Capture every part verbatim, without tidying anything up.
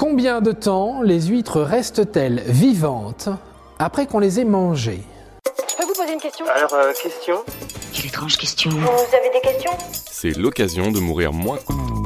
Combien de temps les huîtres restent-elles vivantes après qu'on les ait mangées ? Je peux vous poser une question ? Alors, euh, question ? Quelle étrange question. Vous avez des questions ? C'est l'occasion de mourir moins.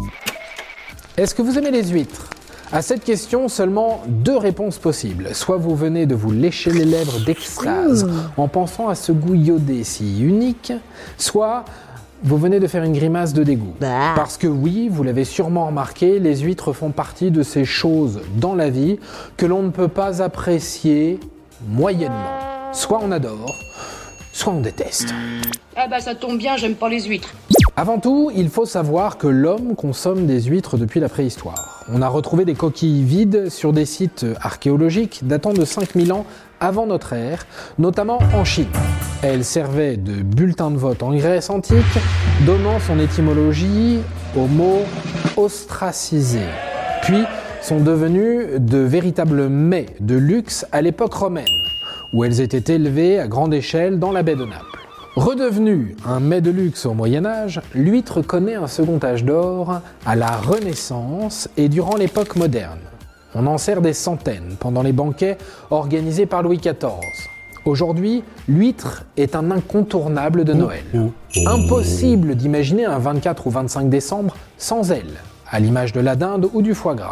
Est-ce que vous aimez les huîtres ? À cette question, seulement deux réponses possibles. Soit vous venez de vous lécher les lèvres d'extase en pensant à ce goût iodé si unique, soit vous venez de faire une grimace de dégoût. Bah. Parce que oui, vous l'avez sûrement remarqué, les huîtres font partie de ces choses dans la vie que l'on ne peut pas apprécier moyennement. Soit on adore, soit on déteste. Eh ben ça tombe bien, j'aime pas les huîtres. Avant tout, il faut savoir que l'homme consomme des huîtres depuis la préhistoire. On a retrouvé des coquilles vides sur des sites archéologiques datant de cinq mille ans avant notre ère, notamment en Chine. Elles servaient de bulletin de vote en Grèce antique, donnant son étymologie au mot ostracisé. Puis sont devenues de véritables mets de luxe à l'époque romaine, où elles étaient élevées à grande échelle dans la baie de Naples. Redevenue un mets de luxe au Moyen-Âge, l'huître connaît un second âge d'or à la Renaissance et durant l'époque moderne. On en sert des centaines pendant les banquets organisés par Louis quatorze. Aujourd'hui, l'huître est un incontournable de Noël. Impossible d'imaginer un vingt-quatre ou vingt-cinq décembre sans elle, à l'image de la dinde ou du foie gras.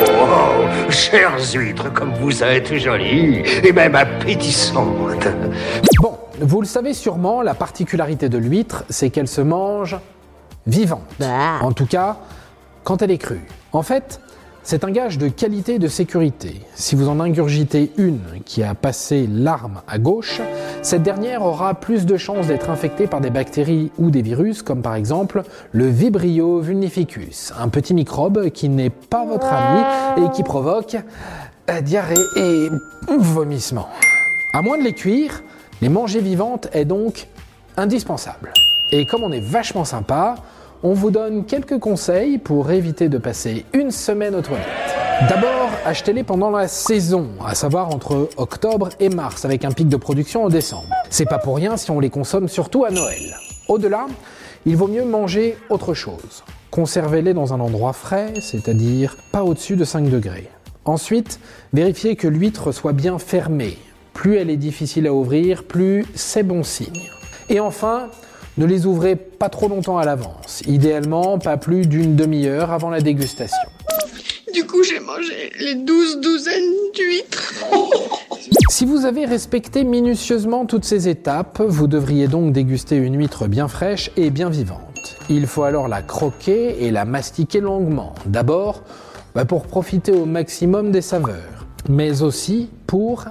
Oh, chères huîtres, comme vous êtes jolies et même appétissantes. Bon, vous le savez sûrement, la particularité de l'huître, c'est qu'elle se mange vivante. Bah. En tout cas, quand elle est crue. En fait, c'est un gage de qualité et de sécurité. Si vous en ingurgitez une qui a passé l'arme à gauche, cette dernière aura plus de chances d'être infectée par des bactéries ou des virus, comme par exemple le Vibrio vulnificus, un petit microbe qui n'est pas votre ami et qui provoque euh, diarrhée et vomissement. À moins de les cuire, les manger vivantes est donc indispensable. Et comme on est vachement sympa, on vous donne quelques conseils pour éviter de passer une semaine aux toilettes. D'abord, achetez-les pendant la saison, à savoir entre octobre et mars, avec un pic de production en décembre. C'est pas pour rien si on les consomme surtout à Noël. Au-delà, il vaut mieux manger autre chose. Conservez-les dans un endroit frais, c'est-à-dire pas au-dessus de cinq degrés. Ensuite, vérifiez que l'huître soit bien fermée. Plus elle est difficile à ouvrir, plus c'est bon signe. Et enfin, ne les ouvrez pas trop longtemps à l'avance. Idéalement, pas plus d'une demi-heure avant la dégustation. Du coup, j'ai mangé les douze douzaines d'huîtres. Si vous avez respecté minutieusement toutes ces étapes, vous devriez donc déguster une huître bien fraîche et bien vivante. Il faut alors la croquer et la mastiquer longuement. D'abord, bah pour profiter au maximum des saveurs, mais aussi pour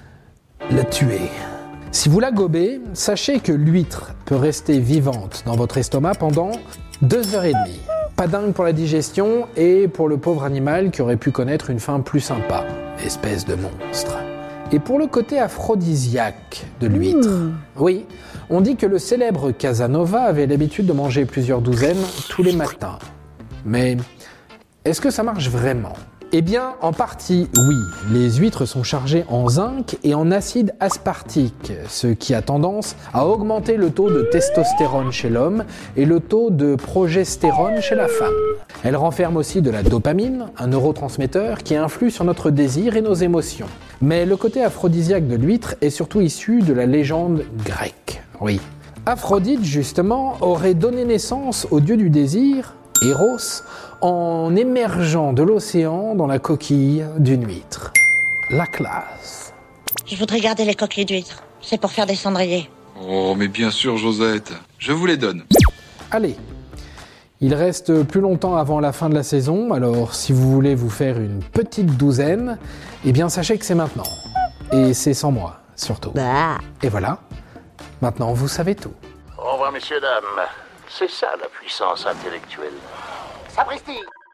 la tuer. Si vous la gobez, sachez que l'huître peut rester vivante dans votre estomac pendant deux heures et demie. Pas dingue pour la digestion et pour le pauvre animal qui aurait pu connaître une fin plus sympa, espèce de monstre. Et pour le côté aphrodisiaque de l'huître, mmh. oui, on dit que le célèbre Casanova avait l'habitude de manger plusieurs douzaines tous les matins. Mais est-ce que ça marche vraiment ? Eh bien, en partie, oui. Les huîtres sont chargées en zinc et en acide aspartique, ce qui a tendance à augmenter le taux de testostérone chez l'homme et le taux de progestérone chez la femme. Elles renferment aussi de la dopamine, un neurotransmetteur qui influe sur notre désir et nos émotions. Mais le côté aphrodisiaque de l'huître est surtout issu de la légende grecque. Oui. Aphrodite, justement, aurait donné naissance au dieu du désir, Eros, en émergeant de l'océan dans la coquille d'une huître. La classe. Je voudrais garder les coquilles d'huîtres. C'est pour faire des cendriers. Oh, mais bien sûr, Josette. Je vous les donne. Allez. Il reste plus longtemps avant la fin de la saison, alors si vous voulez vous faire une petite douzaine, eh bien sachez que c'est maintenant. Et c'est sans moi, surtout. Bah. Et voilà. Maintenant, vous savez tout. Au revoir, messieurs, dames. C'est ça, la puissance intellectuelle. Sapristi!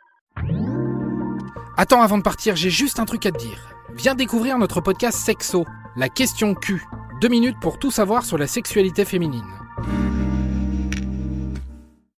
Attends, avant de partir, j'ai juste un truc à te dire. Viens découvrir notre podcast Sexo, la question Q. Deux minutes pour tout savoir sur la sexualité féminine.